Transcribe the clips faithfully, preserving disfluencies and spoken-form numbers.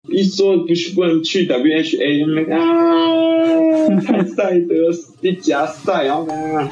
一说不是不能去 W H A， 那个啊，太晒的，你假晒啊！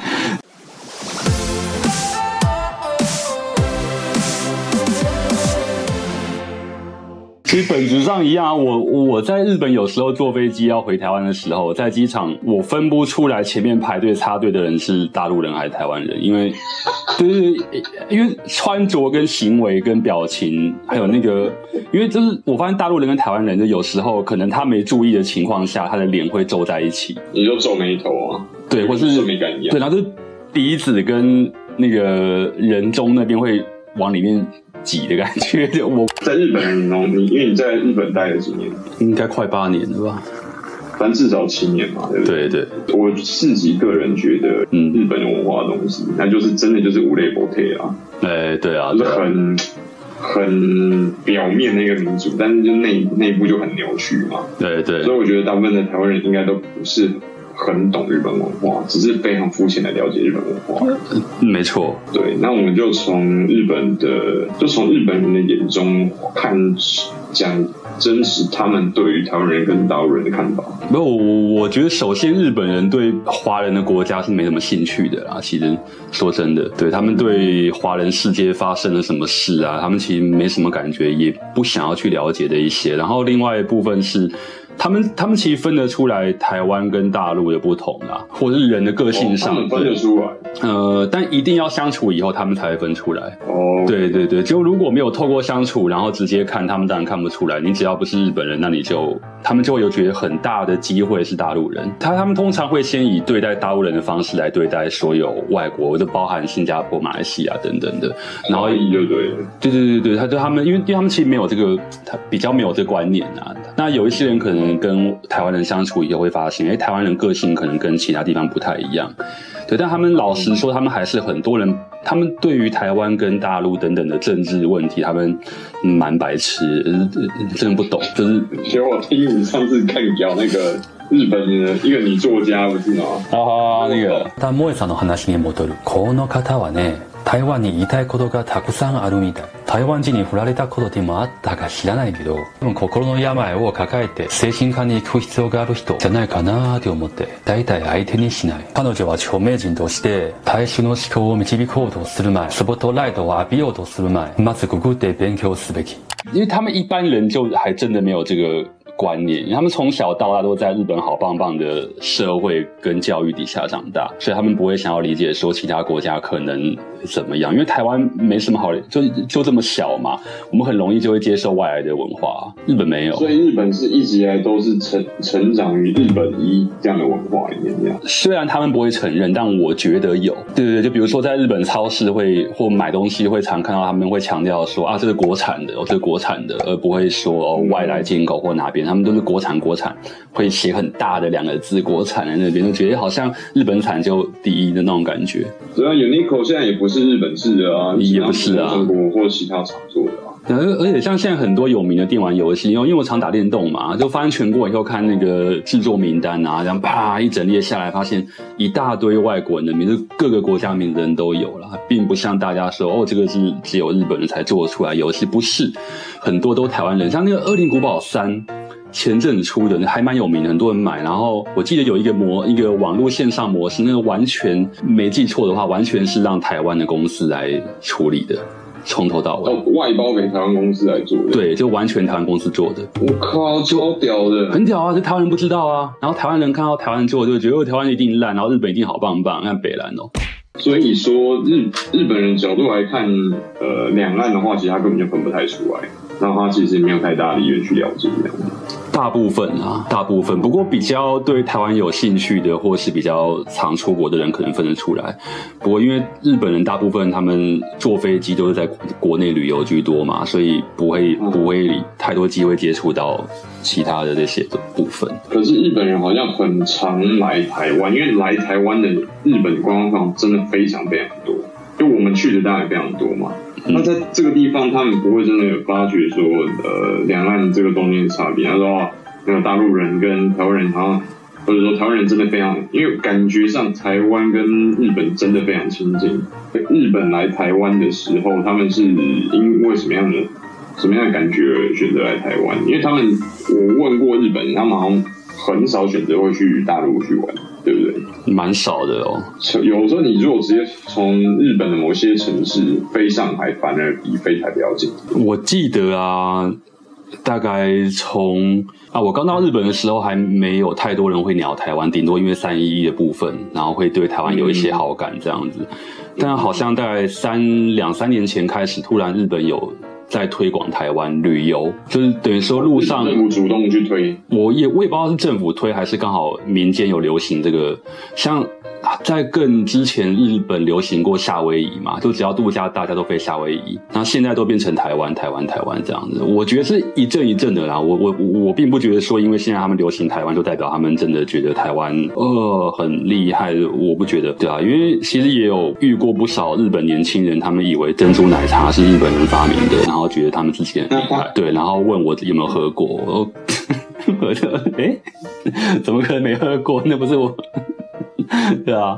其实本质上一样啊，我我在日本有时候坐飞机要回台湾的时候，在机场我分不出来前面排队插队的人是大陆人还是台湾人，因为对对对，因为穿着跟行为跟表情，还有那个，因为就是我发现大陆人跟台湾人就有时候可能他没注意的情况下，他的脸会皱在一起， 你就皱眉头啊， 对，或是没感一样， 对，然后就是鼻子跟那个人中那边会往里面挤的感觉。就我在日本哦，你因为你在日本待了几年？ 应该快八年了吧？ 反正至少七年嘛，对不对？ 对对， 我自己个人觉得，嗯，日本文化的东西，那就是真的就是无类不退啊。 哎，对啊， 就是很很表面的一个民族，但是就内内部就很扭曲嘛。 对对， 所以我觉得大部分的台湾人应该都不是很懂日本文化，只是非常肤浅的了解日本文化。 嗯，没错。 对，那我们就从日本的，就从日本人的眼中看，讲真实他们对于台湾人跟大陆人的看法。 没有，我我觉得首先日本人对华人的国家是没什么兴趣的啦。其实说真的，对他们对华人世界发生了什么事啊，他们其实没什么感觉，也不想要去了解的一些。然后另外一部分是。他们他们其实分得出来台湾跟大陆的不同啦，或者是人的个性上， 哦、他们分得出来。 呃，但一定要相处以后，他们才会分出来。 哦， 对对对，就如果没有透过相处，然后直接看，他们当然看不出来。你只要不是日本人，那你就他们就会有觉得很大的机会是大陆人。他他们通常会先以对待大陆人的方式来对待所有外国，就包含新加坡、马来西亚等等的。然后对对对对对对，他对他们，因为因为他们其实没有这个，他比较没有这个观念啊。那有一些人可能。跟台湾人相处以后会发现，哎，台湾人个性可能跟其他地方不太一样，对，但他们老实说，他们还是很多人，他们对于台湾跟大陆等等的政治问题，他们蛮白痴，真的不懂。就是， 其实我听你上次看聊那个日本的一个女作家，不是吗？ 啊，那个。 但萌さんの話に戻る。この方はね。台湾に言いたいことがたくさんあるみたい。台湾人に振られたことでもあったか知らないけど、多分心の病を抱えて精神科に行く必要がある人じゃないかなと思って、大体相手にしない。彼女は著名人として大衆の思考を導こうとする前、スポットライトを浴びようとする前、まずググって勉強すべき。 因为他们一般人就还真的没有这个观念，他们从小到大都在日本好棒棒的社会跟教育底下长大，所以他们不会想要理解说其他国家可能怎么样，因为台湾没什么好，就就这么小嘛，我们很容易就会接受外来的文化，日本没有， 所以日本是一直以来都是成成长于日本一这样的文化里面，这样。 虽然他们不会承认，但我觉得有，对对对，就比如说在日本超市会或买东西会常看到他们会强调说啊，这是国产的，哦，这是国产的，而不会说哦外来进口或哪边。他们都是国产国产，会写很大的两个字国产在那边，就觉得好像日本产就第一的那种感觉。 对啊 ，Uniqlo 现在也不是日本制的啊， 也不是啊， 中国或其他厂做的啊。 而而且像现在很多有名的电玩游戏，因为因为我常打电动嘛，就发现全国以后看那个制作名单啊，这样啪一整列下来，发现一大堆外国人的名字，各个国家名字人都有啦，并不像大家说哦，这个是只有日本人才做出来游戏，不是，很多都台湾人，像那个《恶灵古堡三》。前阵子出的还蛮有名的，很多人买。然后我记得有一个模，一个网络线上模式，那个完全没记错的话，完全是让台湾的公司来处理的，从头到尾。 哦，外包给台湾公司来做的。 对，就完全台湾公司做的。 我靠，超屌的， 很屌啊！这台湾人不知道啊。然后台湾人看到台湾人做，就觉得台湾一定烂，然后日本一定好棒棒，看北兰哦。 所以你说日日本人角度来看，呃，两岸的话，其实他根本就分不太出来。然后他其实没有太大的意愿去了解这样子。 大部分啊，大部分。不过比较对台湾有兴趣的，或是比较常出国的人，可能分得出来。不过因为日本人大部分他们坐飞机都是在国内旅游居多嘛，所以不会不会太多机会接触到其他的这些的部分。 可是日本人好像很常来台湾，因为来台湾的日本观光客真的非常非常多，就我们去的当然非常多嘛。那在这个地方，他们不会真的有发觉说，呃，两岸这个中间的差别。他说，哦，那个大陆人跟台湾人，好像或者说台湾人真的非常，因为感觉上台湾跟日本真的非常亲近。日本来台湾的时候，他们是因为什么样的什么样的感觉选择来台湾？因为他们我问过日本人，他们好像很少选择会去大陆去玩，对不对？ 蛮少的哦。 有时候你如果直接从日本的某些城市飞上海，反而比飞台比较近。 我记得啊，大概从啊，我刚到日本的时候还没有太多人会鸟台湾，顶多因为三一一的部分，然后会对台湾有一些好感这样子。嗯、但好像大概三两三年前开始，突然日本有在推广台湾旅游，就是等于说路上政府主动去推， 我也我也不知道是政府推还是刚好民间有流行这个，像在更之前日本流行过夏威夷嘛，就只要度假大家都飞夏威夷，然后现在都变成台湾台湾台湾这样子，我觉得是一阵一阵的啦，我我我并不觉得说因为现在他们流行台湾就代表他们真的觉得台湾呃很厉害，我不觉得，对啊，因为其实也有遇过不少日本年轻人，他们以为珍珠奶茶是日本人发明的，然后觉得他们自己很厉害，对，然后问我有没有喝过，我我就哎，怎么可能没喝过？那不是我。对啊，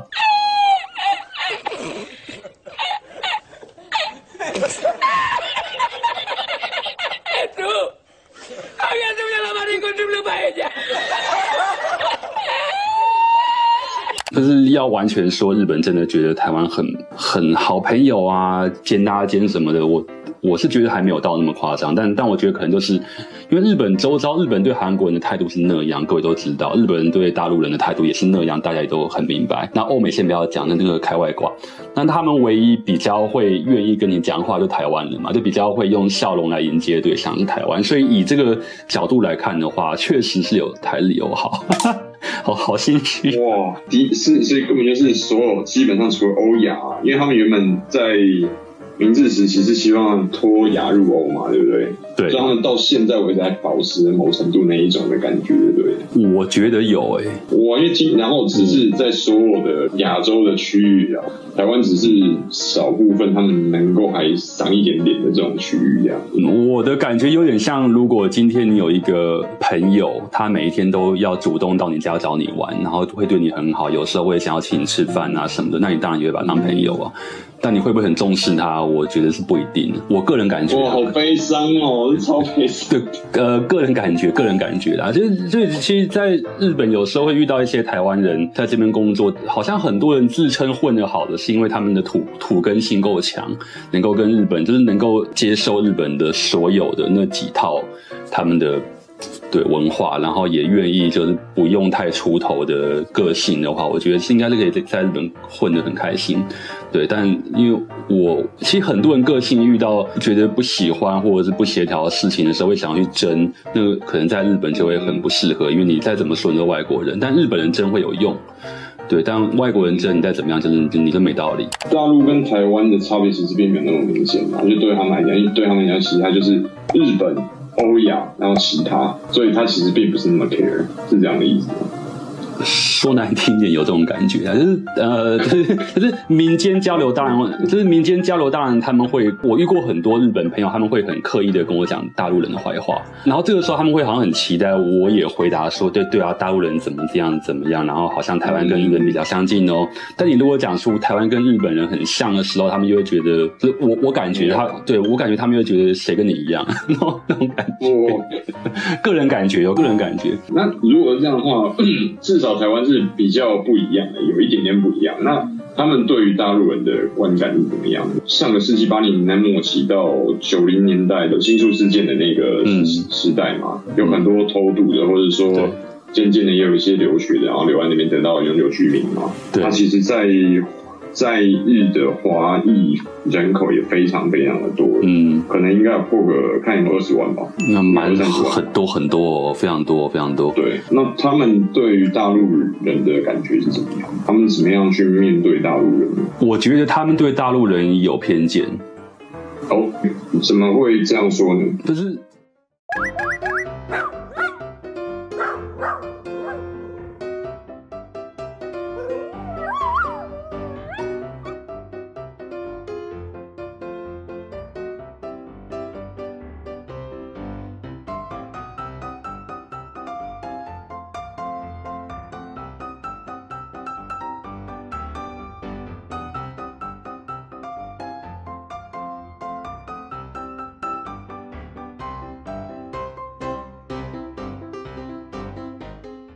就是要完全说日本真的觉得台湾很很好朋友啊，肩搭肩什么的，我我是觉得还没有到那么夸张，但但我觉得可能就是因为日本周遭，日本对韩国人的态度是那样，各位都知道，日本人对大陆人的态度也是那样，大家也都很明白。那欧美先不要讲，那这个开外挂。那他们唯一比较会愿意跟你讲话就台湾人嘛，就比较会用笑容来迎接对象是台湾，所以以这个角度来看的话，确实是有台日友好。好好心虚哇！第是所以根本就是所有基本上除了欧亚，因为他们原本在明治时期是希望脱亚入欧嘛，对不对？ 对， 所以他们到现在为止还保持某程度那一种的感觉，对不对？ 我觉得有诶、欸， 我因为听，然后只是在所有的亚洲的区域啊，台湾只是少部分他们能够还赏一点点的这种区域啊。 我的感觉有点像，如果今天你有一个朋友，他每一天都要主动到你家找你玩，然后会对你很好，有时候会想要请你吃饭啊什么的，那你当然也会把他当朋友啊。但你会不会很重视他？我觉得是不一定的。我个人感觉， 哇，好悲伤哦，超悲伤。 对，呃，个人感觉，个人感觉啦，就是就是，其实，在日本有时候会遇到一些台湾人在这边工作，好像很多人自称混得好的，是因为他们的土土根性够强，能够跟日本，就是能够接受日本的所有的那几套他们的。对文化，然后也愿意就是不用太出头的个性的话，我觉得是应该是可以在日本混得很开心。对，但因为我其实很多人个性遇到觉得不喜欢或者是不协调的事情的时候，会想要去争，那个可能在日本就会很不适合，因为你再怎么说你是外国人，但日本人争会有用。对，但外国人争你再怎么样，就是你就没道理。 大陆跟台湾的差别其实并没有那么明显嘛，就对他们来讲，因为对他们来讲，其实它就是日本。欧亚，然后其他，所以他其实并不是那么 care， 是这样的意思吗？ 说难听点有这种感觉啊，就是呃，就是就是民间交流，当然就是民间交流，当然他们会，我遇过很多日本朋友，他们会很刻意的跟我讲大陆人的坏话，然后这个时候他们会好像很期待我也回答说，对对啊，大陆人怎么这样怎么样，然后好像台湾跟日本比较相近哦。但你如果讲出台湾跟日本人很像的时候，他们就会觉得，就是我我感觉他对我感觉他们就会觉得谁跟你一样，那种那种感觉。我个人感觉有个人感觉。 那如果这样的话，至少台湾是比较不一样的，有一点点不一样。那他们对于大陆人的观感是怎么样的？上个世纪八零年代末期到九零年代的新宿事件的那个时代嘛，嗯、有很多偷渡的，或者说渐渐的也有一些留学的，然后留在那边得到永久居民嘛。那其实在在日的华裔人口也非常非常的多，嗯，可能应该有破个看有没有二十万吧， 那蛮很多很多，非常多非常多。 对，那他们对于大陆人的感觉是怎么样？他们怎么样去面对大陆人？ 我觉得他们对大陆人有偏见。 哦，怎么会这样说呢？ 不是。